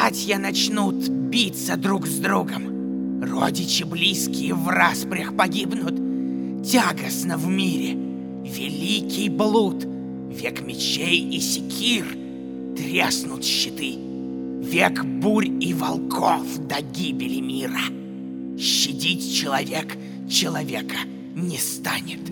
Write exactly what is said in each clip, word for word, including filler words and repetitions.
братья начнут биться друг с другом, родичи близкие в распрях погибнут, тягостно в мире великий блуд, век мечей и секир, треснут щиты, век бурь и волков до гибели мира. Щадить человек человека не станет.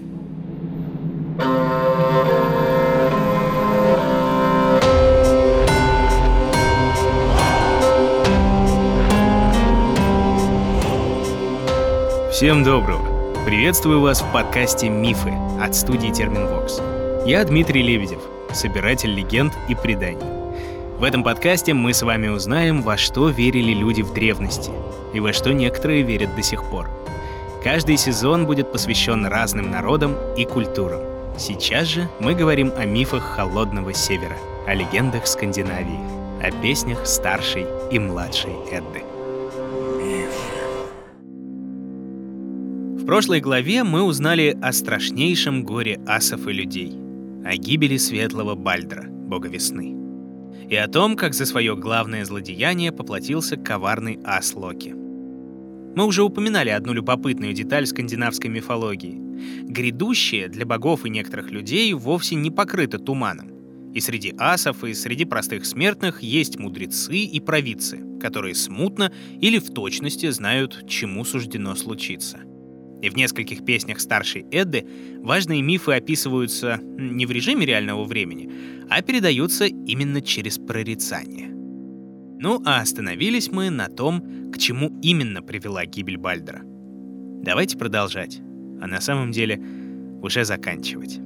Всем доброго! Приветствую вас в подкасте «Мифы» от студии Терминвокс. Я Дмитрий Лебедев, собиратель легенд и преданий. В этом подкасте мы с вами узнаем, во что верили люди в древности и во что некоторые верят до сих пор. Каждый сезон будет посвящен разным народам и культурам. Сейчас же мы говорим о мифах Холодного Севера, о легендах Скандинавии, о песнях старшей и младшей Эдды. В прошлой главе мы узнали о страшнейшем горе асов и людей, о гибели светлого Бальдра, бога весны, и о том, как за свое главное злодеяние поплатился коварный ас Локи. Мы уже упоминали одну любопытную деталь скандинавской мифологии. Грядущее для богов и некоторых людей вовсе не покрыто туманом. И среди асов, и среди простых смертных есть мудрецы и провидцы, которые смутно или в точности знают, чему суждено случиться. И в нескольких песнях старшей Эдды важные мифы описываются не в режиме реального времени, а передаются именно через прорицание. Ну а остановились мы на том, к чему именно привела гибель Бальдра. Давайте продолжать, а на самом деле уже заканчивать.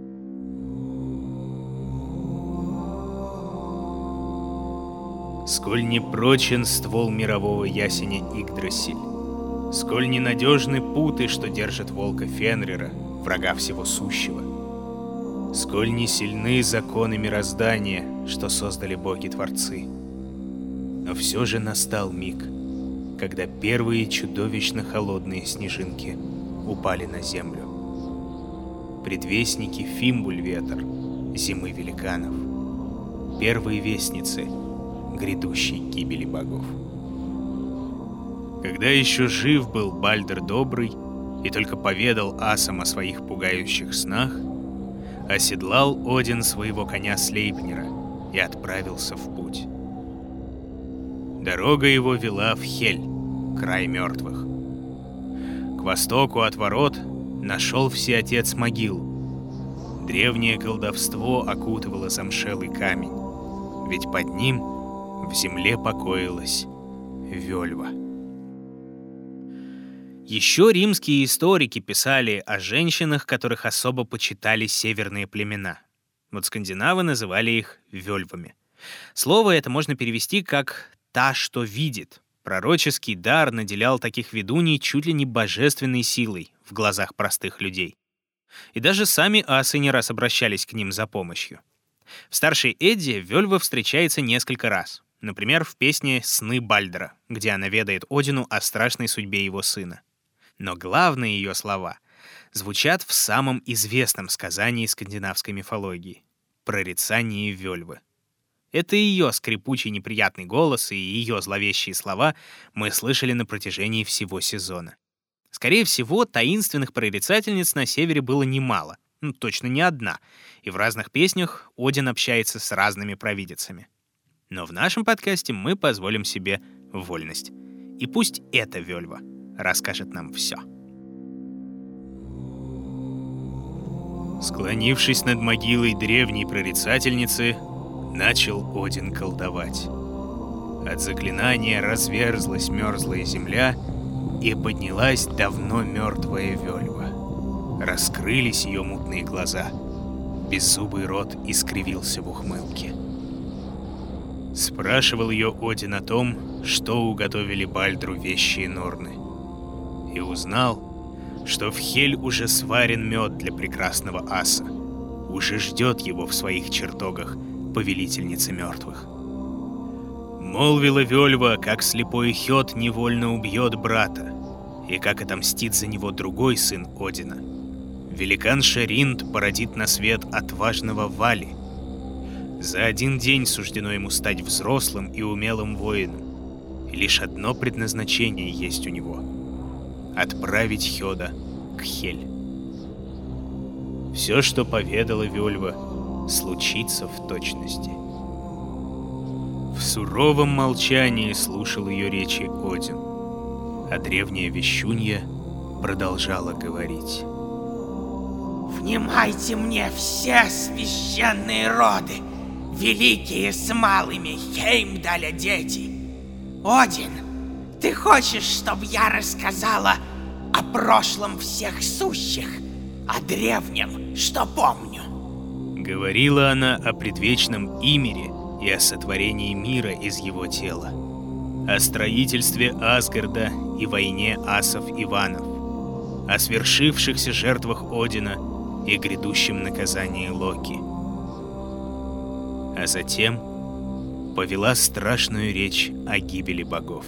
Сколь непрочен ствол мирового ясеня Игдрасиль, сколь ненадежны путы, что держат волка Фенрира, врага всего сущего, сколь не сильны законы мироздания, что создали боги-творцы. Но все же настал миг, когда первые чудовищно холодные снежинки упали на землю. Предвестники Фимбульветр, зимы великанов, первые вестницы грядущей гибели богов. Когда еще жив был Бальдр Добрый и только поведал асам о своих пугающих снах, оседлал Один своего коня Слейпнира и отправился в путь. Дорога его вела в Хель, край мертвых. К востоку от ворот нашел Всеотец могил. Древнее колдовство окутывало замшелый камень, ведь под ним в земле покоилась Вельва. Еще римские историки писали о женщинах, которых особо почитали северные племена. Вот скандинавы называли их вельвами. Слово это можно перевести как «та, что видит». Пророческий дар наделял таких ведуней чуть ли не божественной силой в глазах простых людей. И даже сами асы не раз обращались к ним за помощью. В старшей Эдде вельва встречается несколько раз. Например, в песне «Сны Бальдра», где она ведает Одину о страшной судьбе его сына. Но главные ее слова звучат в самом известном сказании скандинавской мифологии — прорицании Вельвы. Это ее скрипучий неприятный голос и ее зловещие слова мы слышали на протяжении всего сезона. Скорее всего, таинственных прорицательниц на севере было немало, ну, точно не одна, и в разных песнях Один общается с разными провидицами. Но в нашем подкасте мы позволим себе вольность. И пусть эта Вельва расскажет нам все. Склонившись над могилой древней прорицательницы, начал Один колдовать. От заклинания разверзлась мерзлая земля, и поднялась давно мертвая Вельва. Раскрылись ее мутные глаза. Беззубый рот искривился в ухмылке. Спрашивал ее Один о том, что уготовили Бальдру вещие Норны. И узнал, что в Хель уже сварен мед для прекрасного аса. Уже ждет его в своих чертогах повелительница мертвых. Молвила Вельва, как слепой Хёд невольно убьет брата, и как отомстит за него другой сын Одина. Великан Шаринд породит на свет отважного Вали. За один день суждено ему стать взрослым и умелым воином. И лишь одно предназначение есть у него — отправить Хёда к Хель. Все, что поведала Вельва, случится в точности. В суровом молчании слушал ее речи Один, а древняя вещунья продолжала говорить. «Внимайте мне все священные роды, великие с малыми, Хеймдаля дети. Один, ты хочешь, чтобы я рассказала о прошлом всех сущих, о древнем, что помню?» Говорила она о предвечном Имире и о сотворении мира из его тела, о строительстве Асгарда и войне асов-иванов, о свершившихся жертвах Одина и грядущем наказании Локи. А затем повела страшную речь о гибели богов.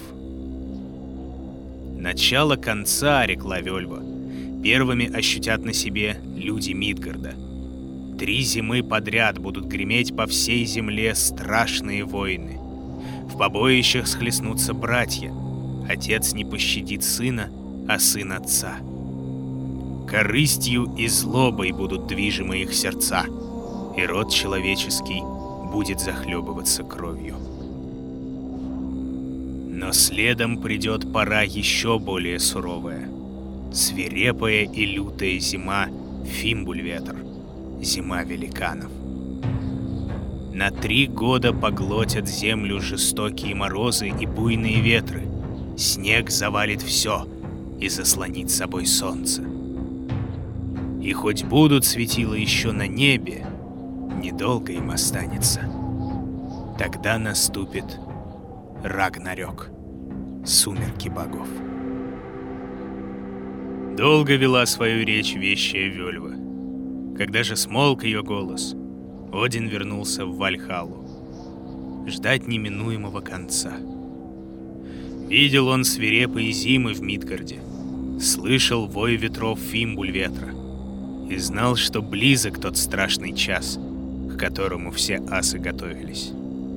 Начало конца, рекла Вельва, первыми ощутят на себе люди Мидгарда. Три зимы подряд будут греметь по всей земле страшные войны. В побоищах схлестнутся братья. Отец не пощадит сына, а сын отца. Корыстью и злобой будут движимы их сердца, и род человеческий будет захлебываться кровью. Но следом придет пора еще более суровая. Свирепая и лютая зима Фимбульветр, зима великанов. На три года поглотят землю жестокие морозы и буйные ветры. Снег завалит все и заслонит собой солнце. И хоть будут светила еще на небе, недолго им останется. Тогда наступит Рагнарёк, сумерки богов. Долго вела свою речь вещая Вельва. Когда же смолк ее голос, Один вернулся в Вальхаллу. Ждать неминуемого конца. Видел он свирепые зимы в Мидгарде, слышал вой ветров Фимбульветра и знал, что близок тот страшный час, к которому все асы готовились.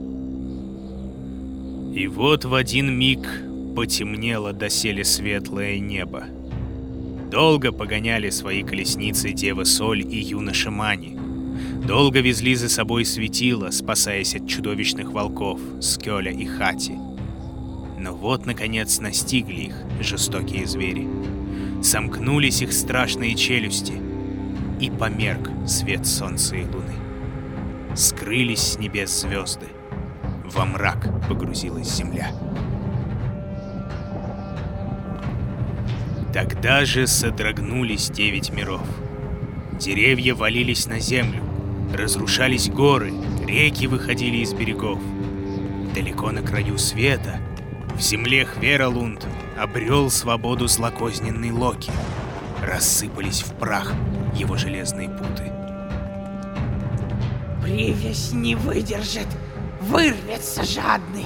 И вот в один миг потемнело доселе светлое небо. Долго погоняли свои колесницы Дева Соль и юноша Мани. Долго везли за собой светила, спасаясь от чудовищных волков Скёля и Хати. Но вот, наконец, настигли их жестокие звери. Сомкнулись их страшные челюсти, и померк свет солнца и луны. Скрылись с небес звезды, во мрак погрузилась земля. Тогда же содрогнулись девять миров. Деревья валились на землю, разрушались горы, реки выходили из берегов. Далеко на краю света, в земле Хвералунд, обрел свободу злокозненный Локи. Рассыпались в прах его железные путы. Привязь не выдержит, вырвется жадный.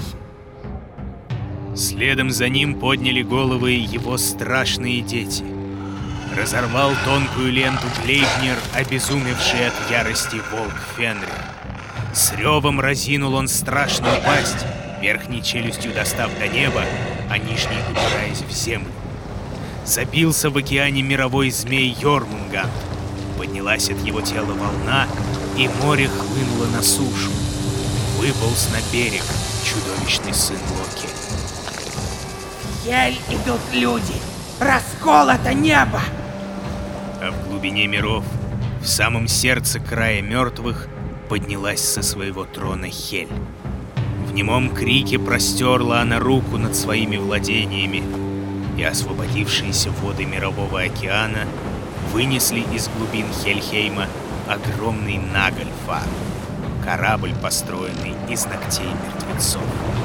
Следом за ним подняли головы его страшные дети. Разорвал тонкую ленту Глейпнир, обезумевший от ярости волк Фенрир. С ревом разинул он страшную пасть, верхней челюстью достав до неба, а нижней упираясь в землю. Забился в океане мировой змей Йормунганд. Поднялась от его тела волна, и море хлынуло на сушу. Выполз на берег чудовищный сын Локи. В Хель идут люди, расколото небо. А в глубине миров, в самом сердце края мертвых, поднялась со своего трона Хель. В немом крике простерла она руку над своими владениями, и освободившиеся воды мирового океана вынесли из глубин Хельхейма огромный Нагльфар, корабль, построенный из ногтей мертвецов.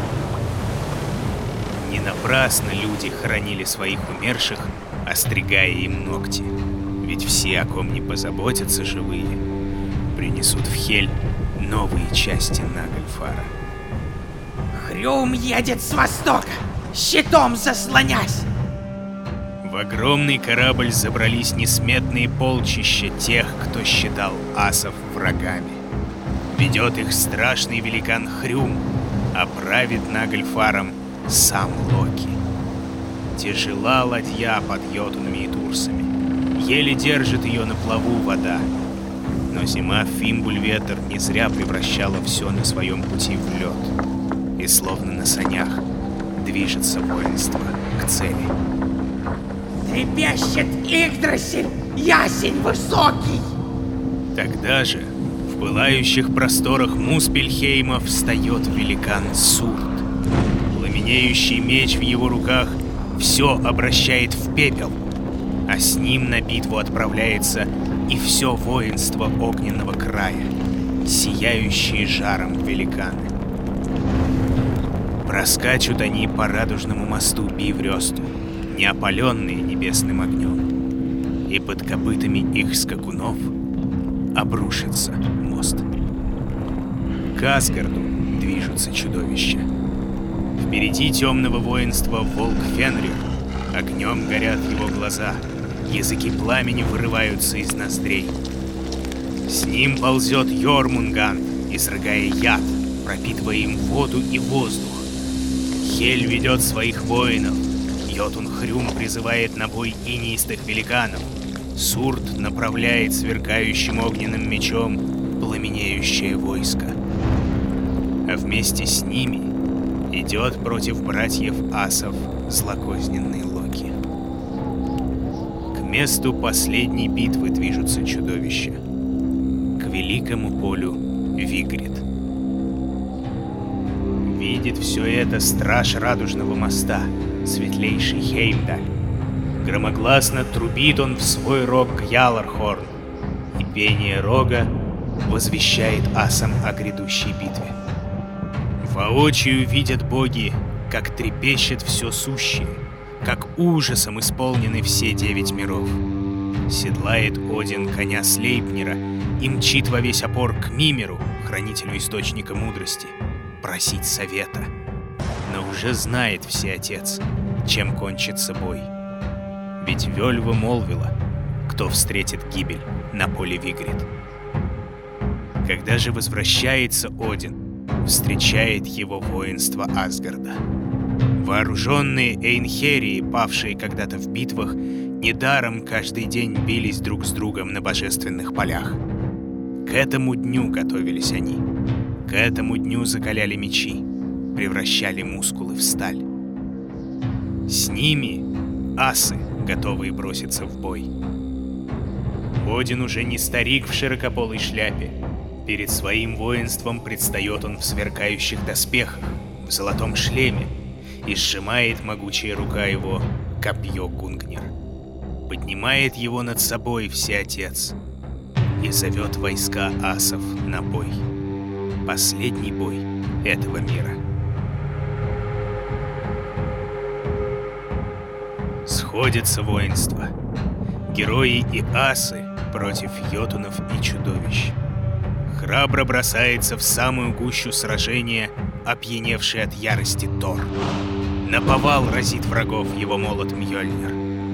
Не напрасно люди хоронили своих умерших, остригая им ногти, ведь все, о ком не позаботятся живые, принесут в Хель новые части Нагльфара. Хрюм едет с востока, щитом заслонясь. В огромный корабль забрались несметные полчища тех, кто считал асов врагами. Ведет их страшный великан Хрюм, а правит Нагльфаром сам Локи. Тяжела ладья под йотунами и турсами, еле держит ее на плаву вода. Но зима Фимбульветр не зря превращала все на своем пути в лед, и словно на санях движется воинство к цели. Трепещет Игдрасиль, ясень высокий! Тогда же в пылающих просторах Муспельхейма встает великан Сурт. Пламенеющий меч в его руках все обращает в пепел, а с ним на битву отправляется и все воинство огненного края, сияющие жаром великаны. Проскачут они по радужному мосту Биврёсту, неопаленные небесным огнем, и под копытами их скакунов обрушится мост. К Асгарду движутся чудовища. Впереди темного воинства волк Фенрир, огнем горят его глаза, языки пламени вырываются из ноздрей. С ним ползет Йормунганд, изрыгая яд, пропитывая им воду и воздух. Хель ведет своих воинов, Йотун Хрюм призывает на бой инеистых великанов, Сурт направляет сверкающим огненным мечом пламенеющее войско. А вместе с ними идет против братьев асов злокозненный Локи. К месту последней битвы движутся чудовища. К великому полю Вигрид. Видит все это страж Радужного моста, светлейший Хеймдаль. Громогласно трубит он в свой рог Гьялархорн, и пение рога возвещает асам о грядущей битве. Воочию видят боги, как трепещет все сущее, как ужасом исполнены все девять миров. Седлает Один коня Слейпнира и мчит во весь опор к Мимиру, хранителю источника мудрости, просить совета. Но уже знает Всеотец, чем кончится бой. Ведь Вельва молвила, кто встретит гибель на поле Вигрид. Когда же возвращается Один, встречает его воинство Асгарда. Вооруженные Эйнхерии, павшие когда-то в битвах, недаром каждый день бились друг с другом на божественных полях. К этому дню готовились они. К этому дню закаляли мечи, превращали мускулы в сталь. С ними асы, готовые броситься в бой. Один уже не старик в широкополой шляпе. Перед своим воинством предстает он в сверкающих доспехах, в золотом шлеме, и сжимает могучая рука его копье Гунгнир. Поднимает его над собой Всеотец и зовет войска асов на бой. Последний бой этого мира. Сходятся воинства, герои и асы против йотунов и чудовищ. Храбро бросается в самую гущу сражения опьяневший от ярости Тор. Наповал разит врагов его молот Мьёльнир.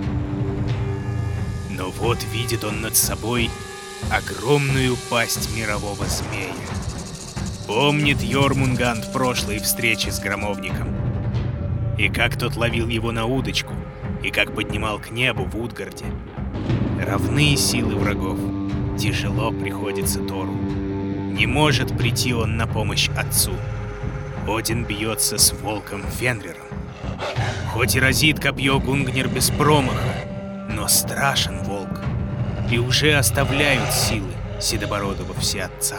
Но вот видит он над собой огромную пасть мирового змея. Помнит Йормунганд прошлые встречи с громовником. И как тот ловил его на удочку, и как поднимал к небу в Утгарде. Равны силы врагов, тяжело приходится Тору. Не может прийти он на помощь отцу. Один бьется с волком Фенриром. Хоть и разит копье Гунгнир без промаха, но страшен волк, и уже оставляют силы седобородого всеотца.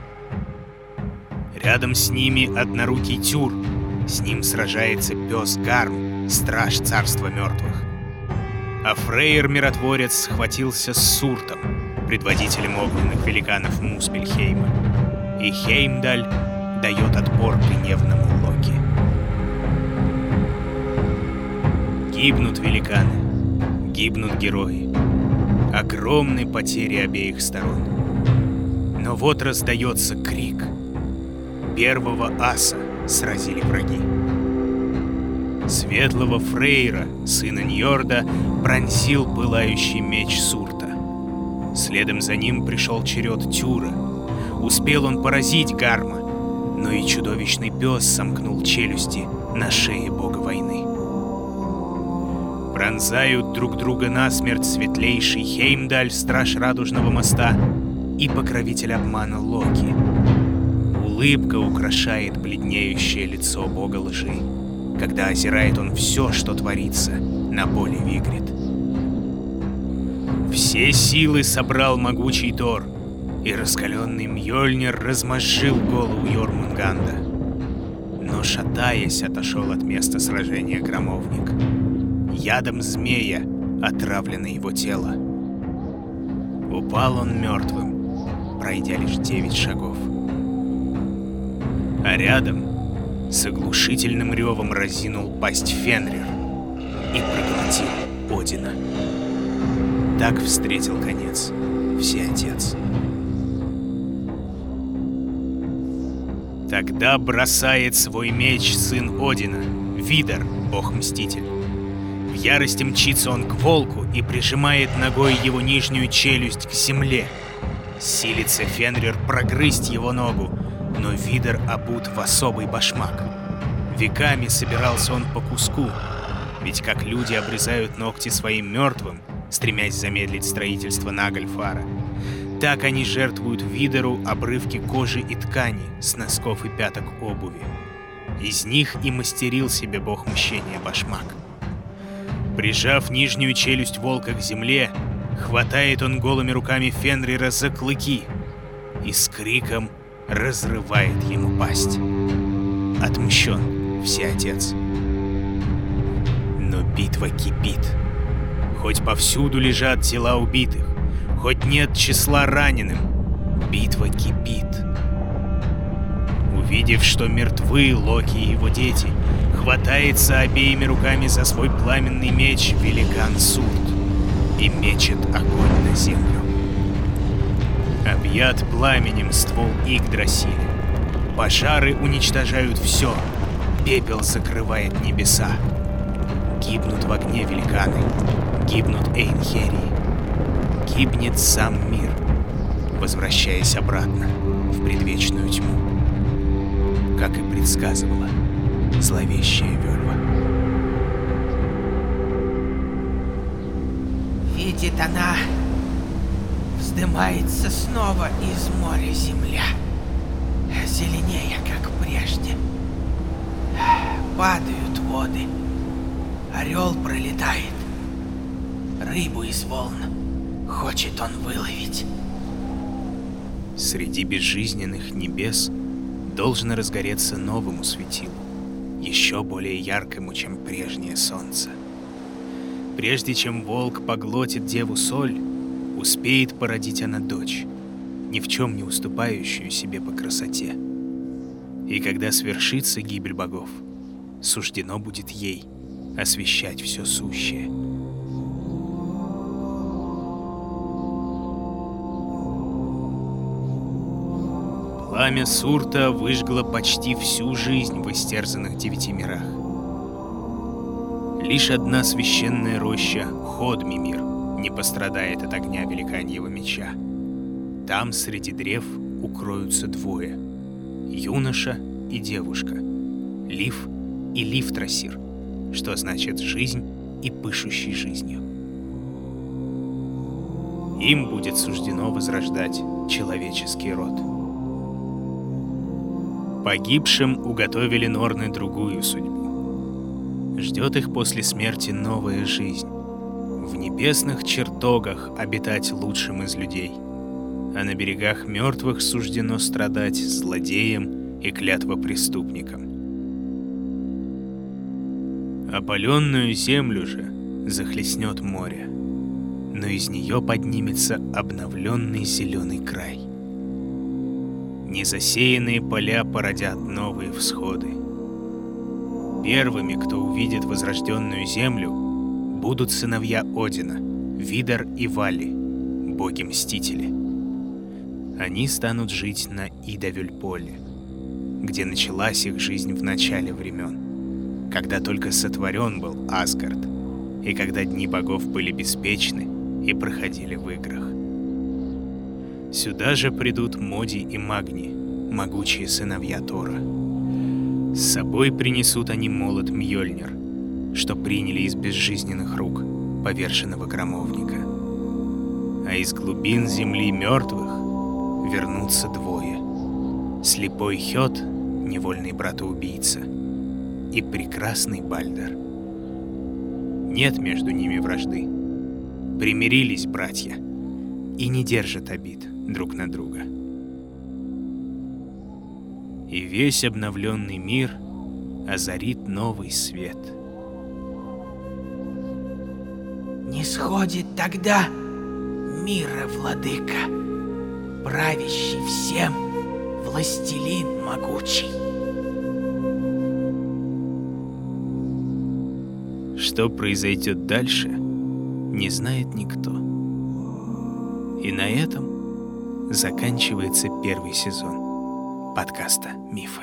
Рядом с ними однорукий Тюр, с ним сражается пес Гарм, страж царства мертвых. А Фрейр-миротворец схватился с Суртом, предводителем огненных великанов Муспельхейма, и Хеймдаль дает отпор гневному Локи. Гибнут великаны, гибнут герои. Огромные потери обеих сторон. Но вот раздается крик. Первого аса сразили враги. Светлого Фрейра, сына Ньорда, пронзил пылающий меч Сурта. Следом за ним пришел черед Тюра. Успел он поразить Гарма, но и чудовищный пес сомкнул челюсти на шее бога войны. Пронзают друг друга насмерть светлейший Хеймдаль, страж Радужного моста, и покровитель обмана Локи. Улыбка украшает бледнеющее лицо бога лжи, когда озирает он все, что творится на поле Вигрид. Все силы собрал могучий Тор, и раскаленный Мьёльнир размозжил голову Йормунганда. Но, шатаясь, отошел от места сражения громовник. Ядом змея отравлено его тело. Упал он мертвым, пройдя лишь девять шагов. А рядом с оглушительным ревом разинул пасть Фенрир и проглотил Одина. Так встретил конец Всеотец. Тогда бросает свой меч сын Одина, Видар, бог-мститель. В ярости мчится он к волку и прижимает ногой его нижнюю челюсть к земле. Силится Фенрир прогрызть его ногу, но Видар обут в особый башмак. Веками собирался он по куску, ведь как люди обрезают ногти своим мертвым, стремясь замедлить строительство Нагльфара, так они жертвуют Видару обрывки кожи и ткани с носков и пяток обуви. Из них и мастерил себе бог мщения башмак. Прижав нижнюю челюсть волка к земле, хватает он голыми руками Фенрира за клыки и с криком разрывает ему пасть. Отмщен Всеотец. Но битва кипит. Хоть повсюду лежат тела убитых, хоть нет числа раненым, битва кипит. Увидев, что мертвы Локи и его дети, хватается обеими руками за свой пламенный меч великан Сурт и мечет огонь на землю. Объят пламенем ствол Игдрасиля. Пожары уничтожают все, пепел закрывает небеса. Гибнут в огне великаны, гибнут Эйнхерии. Гибнет сам мир, возвращаясь обратно в предвечную тьму, как и предсказывала зловещая Вельва. Видит она, вздымается снова из моря земля, зеленее, как прежде. Падают воды, орел пролетает, рыбу из волн хочет он выловить. Среди безжизненных небес должно разгореться новому светилу, еще более яркому, чем прежнее солнце. Прежде чем волк поглотит деву Соль, успеет породить она дочь, ни в чем не уступающую себе по красоте. И когда свершится гибель богов, суждено будет ей освещать все сущее. Пламя Сурта выжгло почти всю жизнь в истерзанных девяти мирах. Лишь одна священная роща, Ходмимир, не пострадает от огня великаньего меча. Там среди древ укроются двое — юноша и девушка, Лив и Ливтрасир, что значит «жизнь» и «пышущий жизнью». Им будет суждено возрождать человеческий род. Погибшим уготовили Норны другую судьбу. Ждет их после смерти новая жизнь. В небесных чертогах обитать лучшим из людей, а на берегах мертвых суждено страдать злодеям и клятвопреступникам. Опаленную землю же захлестнет море, но из нее поднимется обновленный зеленый край. Незасеянные поля породят новые всходы. Первыми, кто увидит возрожденную землю, будут сыновья Одина, Видар и Вали, боги-мстители. Они станут жить на Идавюльполе, где началась их жизнь в начале времен, когда только сотворен был Асгард, и когда дни богов были беспечны и проходили в играх. Сюда же придут Моди и Магни, могучие сыновья Тора. С собой принесут они молот Мьёльнир, что приняли из безжизненных рук поверженного громовника. А из глубин земли мертвых вернутся двое. Слепой Хёд, невольный братоубийца, и прекрасный Бальдер. Нет между ними вражды. Примирились братья и не держат обид друг на друга. И весь обновленный мир озарит новый свет. Не сходит тогда мира, владыка, правящий всем властелин могучий. Что произойдет дальше, не знает никто. И на этом заканчивается первый сезон подкаста «Мифы».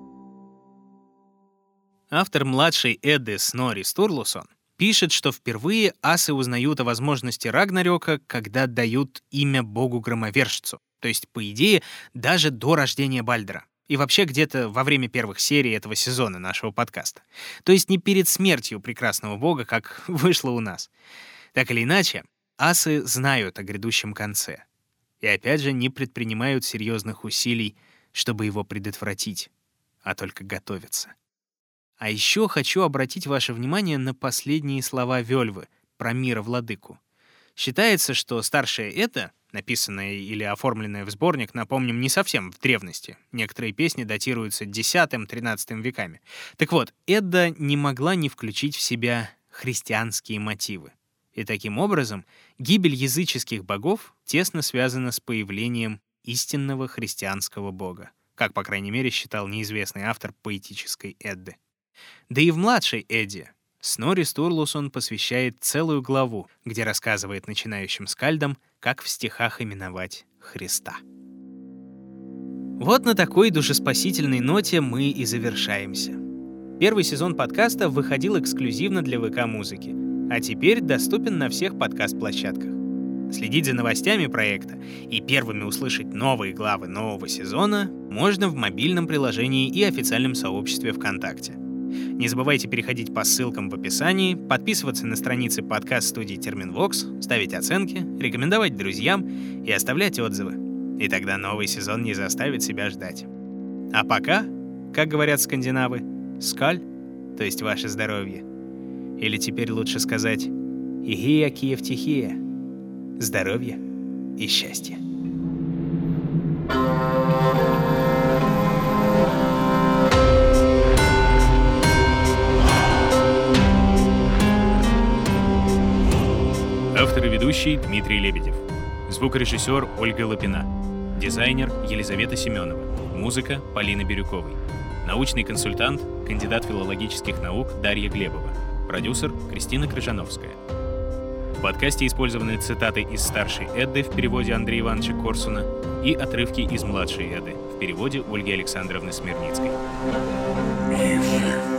Автор младшей Эдды Снорри Стурлусон пишет, что впервые асы узнают о возможности Рагнарёка, когда дают имя богу-громовержцу, то есть, по идее, даже до рождения Бальдера. И вообще где-то во время первых серий этого сезона нашего подкаста. То есть не перед смертью прекрасного бога, как вышло у нас. Так или иначе, асы знают о грядущем конце. И опять же не предпринимают серьезных усилий, чтобы его предотвратить, а только готовятся. А еще хочу обратить ваше внимание на последние слова Вельвы про мира-владыку. Считается, что старшая Эдда, написанная или оформленная в сборник, напомним, не совсем в древности. Некоторые песни датируются десятым-тринадцатым веками. Так вот, Эдда не могла не включить в себя христианские мотивы. И таким образом гибель языческих богов тесно связана с появлением истинного христианского бога, как, по крайней мере, считал неизвестный автор поэтической Эдды. Да и в младшей Эдде Снорри Стурлусон посвящает целую главу, где рассказывает начинающим скальдам, как в стихах именовать Христа. Вот на такой душеспасительной ноте мы и завершаемся. Первый сезон подкаста выходил эксклюзивно для ВК-музыки, а теперь доступен на всех подкаст-площадках. Следить за новостями проекта и первыми услышать новые главы нового сезона можно в мобильном приложении и официальном сообществе ВКонтакте. Не забывайте переходить по ссылкам в описании, подписываться на страницы подкаст-студии Терминвокс, ставить оценки, рекомендовать друзьям и оставлять отзывы. И тогда новый сезон не заставит себя ждать. А пока, как говорят скандинавы, скаль, то есть ваше здоровье. Или теперь лучше сказать «Игия Киев-Тихия» — здоровье и счастье. Автор и ведущий Дмитрий Лебедев. Звукорежиссер Ольга Лапина. Дизайнер Елизавета Семенова. Музыка Полины Бирюковой. Научный консультант, кандидат филологических наук Дарья Глебова. Продюсер Кристина Крыжановская. В подкасте использованы цитаты из старшей Эдды в переводе Андрея Ивановича Корсуна и отрывки из младшей Эдды в переводе Ольги Александровны Смирницкой. Мифы.